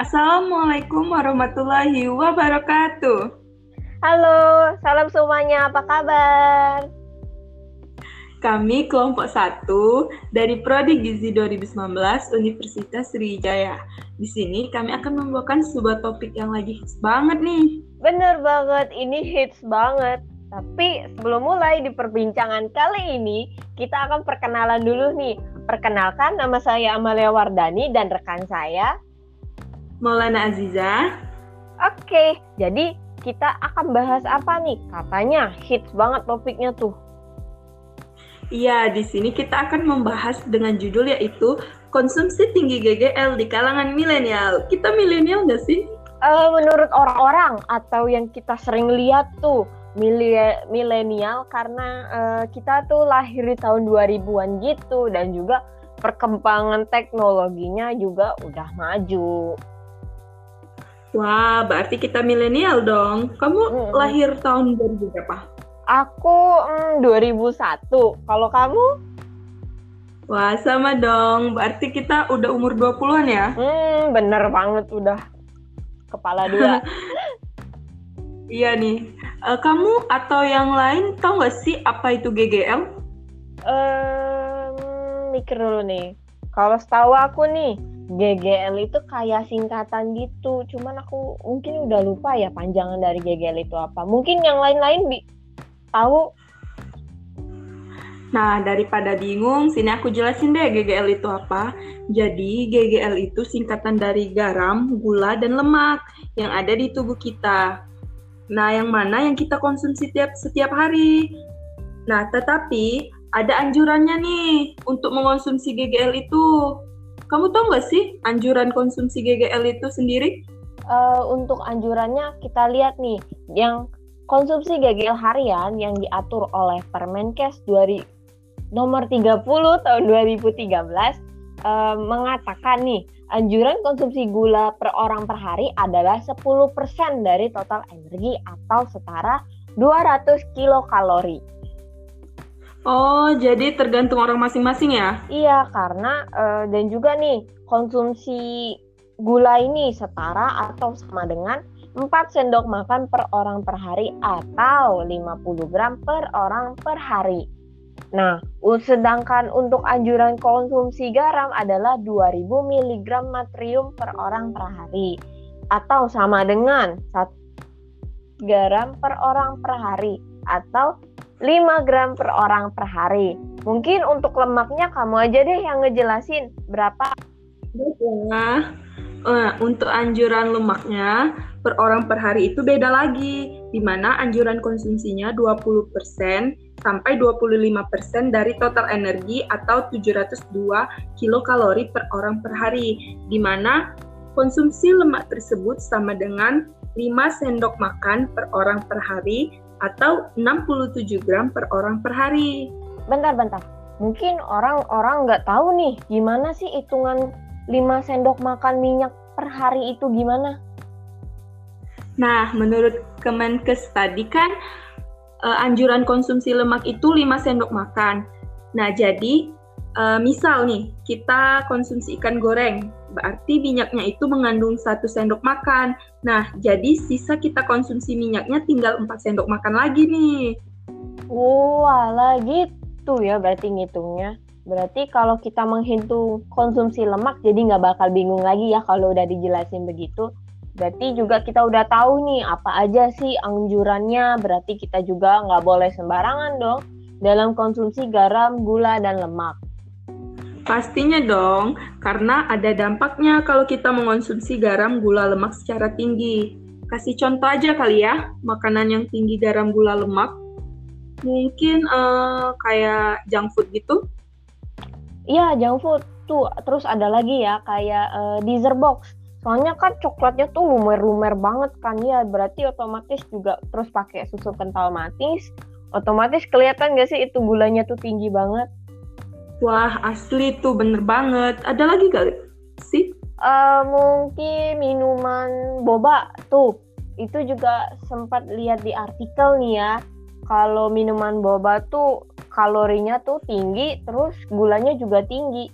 Assalamualaikum warahmatullahi wabarakatuh. Halo, salam semuanya, apa kabar? Kami kelompok 1 dari Prodi Gizi 2019 Universitas Sriwijaya. Di sini kami akan membawakan sebuah topik yang lagi hits banget nih. Bener banget, ini hits banget. Tapi sebelum mulai di perbincangan kali ini, kita akan perkenalan dulu nih. Perkenalkan, nama saya Amalia Wardani dan rekan saya. Maulana Aziza. Oke, jadi kita akan bahas apa nih? Katanya hits banget topiknya tuh. Iya, di sini kita akan membahas dengan judul yaitu konsumsi tinggi GGL di kalangan milenial. Kita milenial nggak sih? Menurut orang-orang atau yang kita sering lihat tuh, milenial karena kita tuh lahir di tahun 2000-an gitu dan juga perkembangan teknologinya juga udah maju. Wah, berarti kita milenial dong. Kamu lahir tahun 2000 berapa? Aku 2001. Kalau kamu? Wah, sama dong. Berarti kita udah umur 20-an ya? Bener banget, udah kepala dua. Iya nih. Kamu atau yang lain tahu nggak sih apa itu GGL? Mikir dulu nih. Kalau setahu aku nih, GGL itu kayak singkatan gitu. Cuman aku mungkin udah lupa ya panjangan dari GGL itu apa. Mungkin yang lain-lain tahu. Nah, daripada bingung, sini aku jelasin deh GGL itu apa. Jadi, GGL itu singkatan dari garam, gula, dan lemak yang ada di tubuh kita. Nah, yang mana yang kita konsumsi setiap hari. Nah, tetapi ada anjurannya nih untuk mengonsumsi GGL itu. Kamu tahu nggak sih anjuran konsumsi GGL itu sendiri? Untuk anjurannya kita lihat nih, yang konsumsi GGL harian yang diatur oleh Permenkes nomor 30 tahun 2013 mengatakan nih, anjuran konsumsi gula per orang per hari adalah 10% dari total energi atau setara 200 kilokalori. Oh, jadi tergantung orang masing-masing ya? Iya, karena dan juga nih, konsumsi gula ini setara atau sama dengan 4 sendok makan per orang per hari atau 50 gram per orang per hari. Nah, sedangkan untuk anjuran konsumsi garam adalah 2000 mg natrium per orang per hari atau sama dengan 1 garam per orang per hari atau 5 gram per orang per hari. Mungkin untuk lemaknya kamu aja deh yang ngejelasin berapa. Untuk anjuran lemaknya per orang per hari itu beda lagi, di mana anjuran konsumsinya 20% sampai 25% dari total energi atau 702 kilokalori per orang per hari, di mana konsumsi lemak tersebut sama dengan 5 sendok makan per orang per hari atau 67 gram per orang per hari. Bentar. Mungkin orang-orang nggak tahu nih, gimana sih hitungan 5 sendok makan minyak per hari itu gimana? Nah, menurut Kemenkes tadi kan anjuran konsumsi lemak itu 5 sendok makan. Nah, jadi misal nih, kita konsumsi ikan goreng, berarti minyaknya itu mengandung 1 sendok makan. Nah, jadi sisa kita konsumsi minyaknya tinggal 4 sendok makan lagi nih. Walah gitu ya berarti ngitungnya. Berarti kalau kita menghitung konsumsi lemak jadi nggak bakal bingung lagi ya kalau udah dijelasin begitu. Berarti juga kita udah tahu nih apa aja sih anjurannya. Berarti kita juga nggak boleh sembarangan dong dalam konsumsi garam, gula, dan lemak. Pastinya dong, karena ada dampaknya kalau kita mengonsumsi garam, gula, lemak secara tinggi. Kasih contoh aja kali ya, makanan yang tinggi garam, gula, lemak. Mungkin kayak junk food gitu. Iya, junk food tuh. Terus ada lagi ya kayak dessert box. Soalnya kan coklatnya tuh lumer-lumer banget kan ya. Berarti otomatis juga terus pakai susu kental manis. Otomatis kelihatan gak sih itu gulanya tuh tinggi banget? Wah, asli tuh bener banget. Ada lagi gak sih? Mungkin minuman boba tuh. Itu juga sempat lihat di artikel nih ya. Kalau minuman boba tuh kalorinya tuh tinggi, terus gulanya juga tinggi.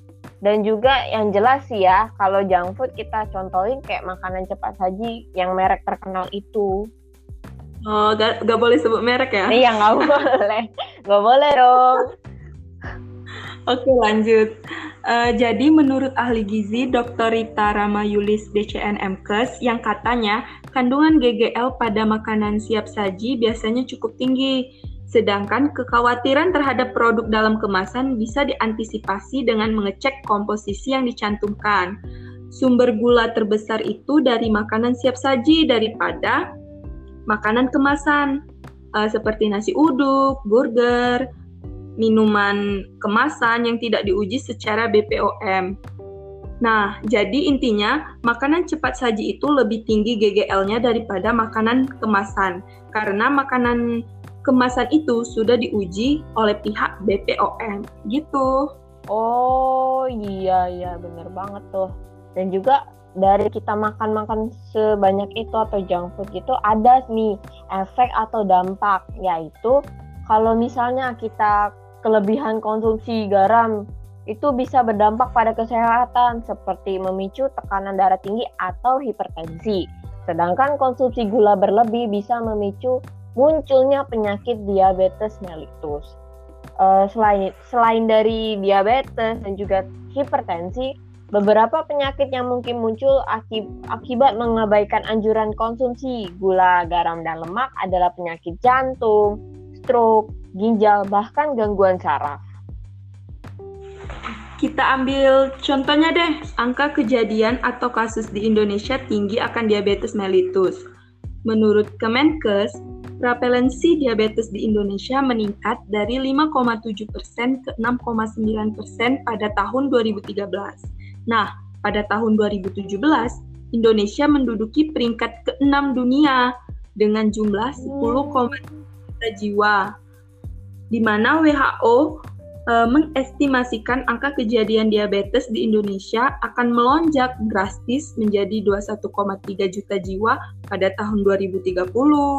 Dan juga yang jelas sih ya, kalau junk food kita contohin kayak makanan cepat saji yang merek terkenal itu. Oh, gak boleh sebut merek ya? Iya, nggak boleh dong. Oke, lanjut. Jadi menurut ahli gizi Dr. Rita Ramayulis DCN MKes yang katanya kandungan GGL pada makanan siap saji biasanya cukup tinggi. Sedangkan kekhawatiran terhadap produk dalam kemasan bisa diantisipasi dengan mengecek komposisi yang dicantumkan. Sumber gula terbesar itu dari makanan siap saji daripada makanan kemasan, seperti nasi uduk, burger, minuman kemasan yang tidak diuji secara BPOM. Nah, jadi intinya makanan cepat saji itu lebih tinggi GGL-nya daripada makanan kemasan karena makanan kemasan itu sudah diuji oleh pihak BPOM gitu. Oh iya bener banget tuh. Dan juga dari kita makan sebanyak itu atau junk food gitu ada nih efek atau dampak, yaitu kalau misalnya kita kelebihan konsumsi garam itu bisa berdampak pada kesehatan seperti memicu tekanan darah tinggi atau hipertensi. Sedangkan konsumsi gula berlebih bisa memicu munculnya penyakit diabetes mellitus. Selain dari diabetes dan juga hipertensi, beberapa penyakit yang mungkin muncul akibat mengabaikan anjuran konsumsi gula, garam, dan lemak adalah penyakit jantung, stroke, ginjal, bahkan gangguan saraf. Kita ambil contohnya deh, angka kejadian atau kasus di Indonesia tinggi akan diabetes mellitus. Menurut Kemenkes, prevalensi diabetes di Indonesia meningkat dari 5,7% ke 6,9% pada tahun 2013. Nah, pada tahun 2017, Indonesia menduduki peringkat ke-6 dunia dengan jumlah 10,3 juta jiwa, di mana WHO mengestimasikan angka kejadian diabetes di Indonesia akan melonjak drastis menjadi 21,3 juta jiwa pada tahun 2030.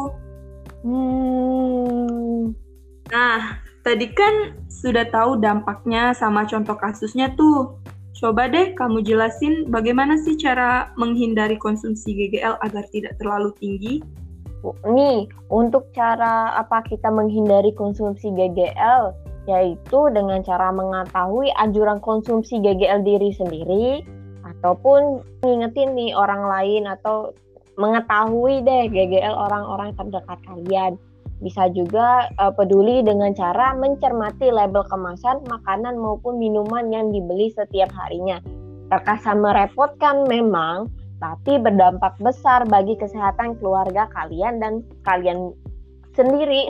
Nah, tadi kan sudah tahu dampaknya sama contoh kasusnya tuh. Coba deh kamu jelasin bagaimana sih cara menghindari konsumsi GGL agar tidak terlalu tinggi? Nih, untuk cara apa kita menghindari konsumsi GGL, yaitu dengan cara mengetahui anjuran konsumsi GGL diri sendiri, ataupun ngingetin nih orang lain atau mengetahui deh GGL orang-orang terdekat kalian. Bisa juga peduli dengan cara mencermati label kemasan makanan maupun minuman yang dibeli setiap harinya. Terkesan merepotkan memang, tapi berdampak besar bagi kesehatan keluarga kalian dan kalian sendiri.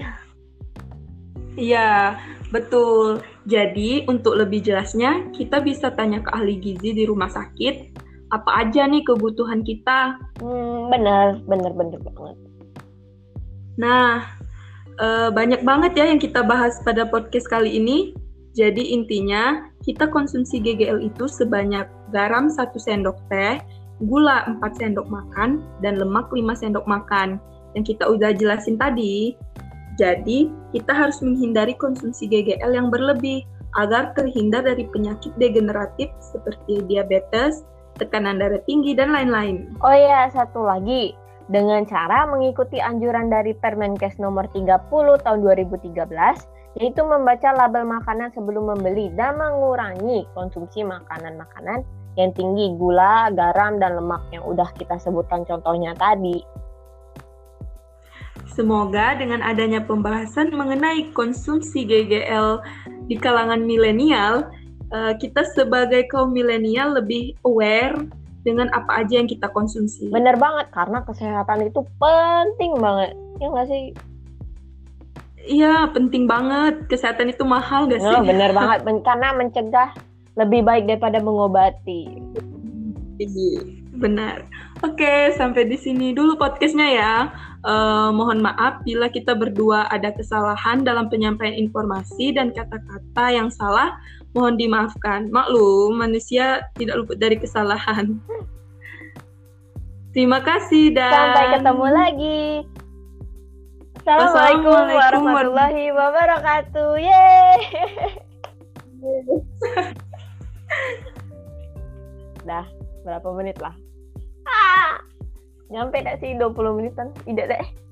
Iya, betul. Jadi, untuk lebih jelasnya, kita bisa tanya ke ahli gizi di rumah sakit, apa aja nih kebutuhan kita. Bener banget. Nah, banyak banget ya yang kita bahas pada podcast kali ini. Jadi intinya, kita konsumsi GGL itu sebanyak garam 1 sendok teh, gula 4 sendok makan, dan lemak 5 sendok makan. Yang kita udah jelasin tadi. Jadi, kita harus menghindari konsumsi GGL yang berlebih agar terhindar dari penyakit degeneratif seperti diabetes, tekanan darah tinggi, dan lain-lain. Oh iya, satu lagi. Dengan cara mengikuti anjuran dari Permenkes nomor 30 tahun 2013, yaitu membaca label makanan sebelum membeli dan mengurangi konsumsi makanan-makanan yang tinggi gula, garam, dan lemak yang udah kita sebutkan contohnya tadi. Semoga dengan adanya pembahasan mengenai konsumsi GGL di kalangan milenial, kita sebagai kaum milenial lebih aware dengan apa aja yang kita konsumsi. Bener banget, karena kesehatan itu penting banget. Ya nggak sih? Iya, penting banget. Kesehatan itu mahal nggak sih? Oh, bener banget, karena mencegah lebih baik daripada mengobati. Benar. Oke, sampai di sini dulu podcastnya ya. Mohon maaf bila kita berdua ada kesalahan dalam penyampaian informasi dan kata-kata yang salah. Mohon dimaafkan. Maklum, manusia tidak luput dari kesalahan. Terima kasih dan sampai ketemu lagi. Assalamualaikum warahmatullahi wabarakatuh. Yeay. dah berapa menit lah. Nyampe gak sih 20 menitan? Tidak deh.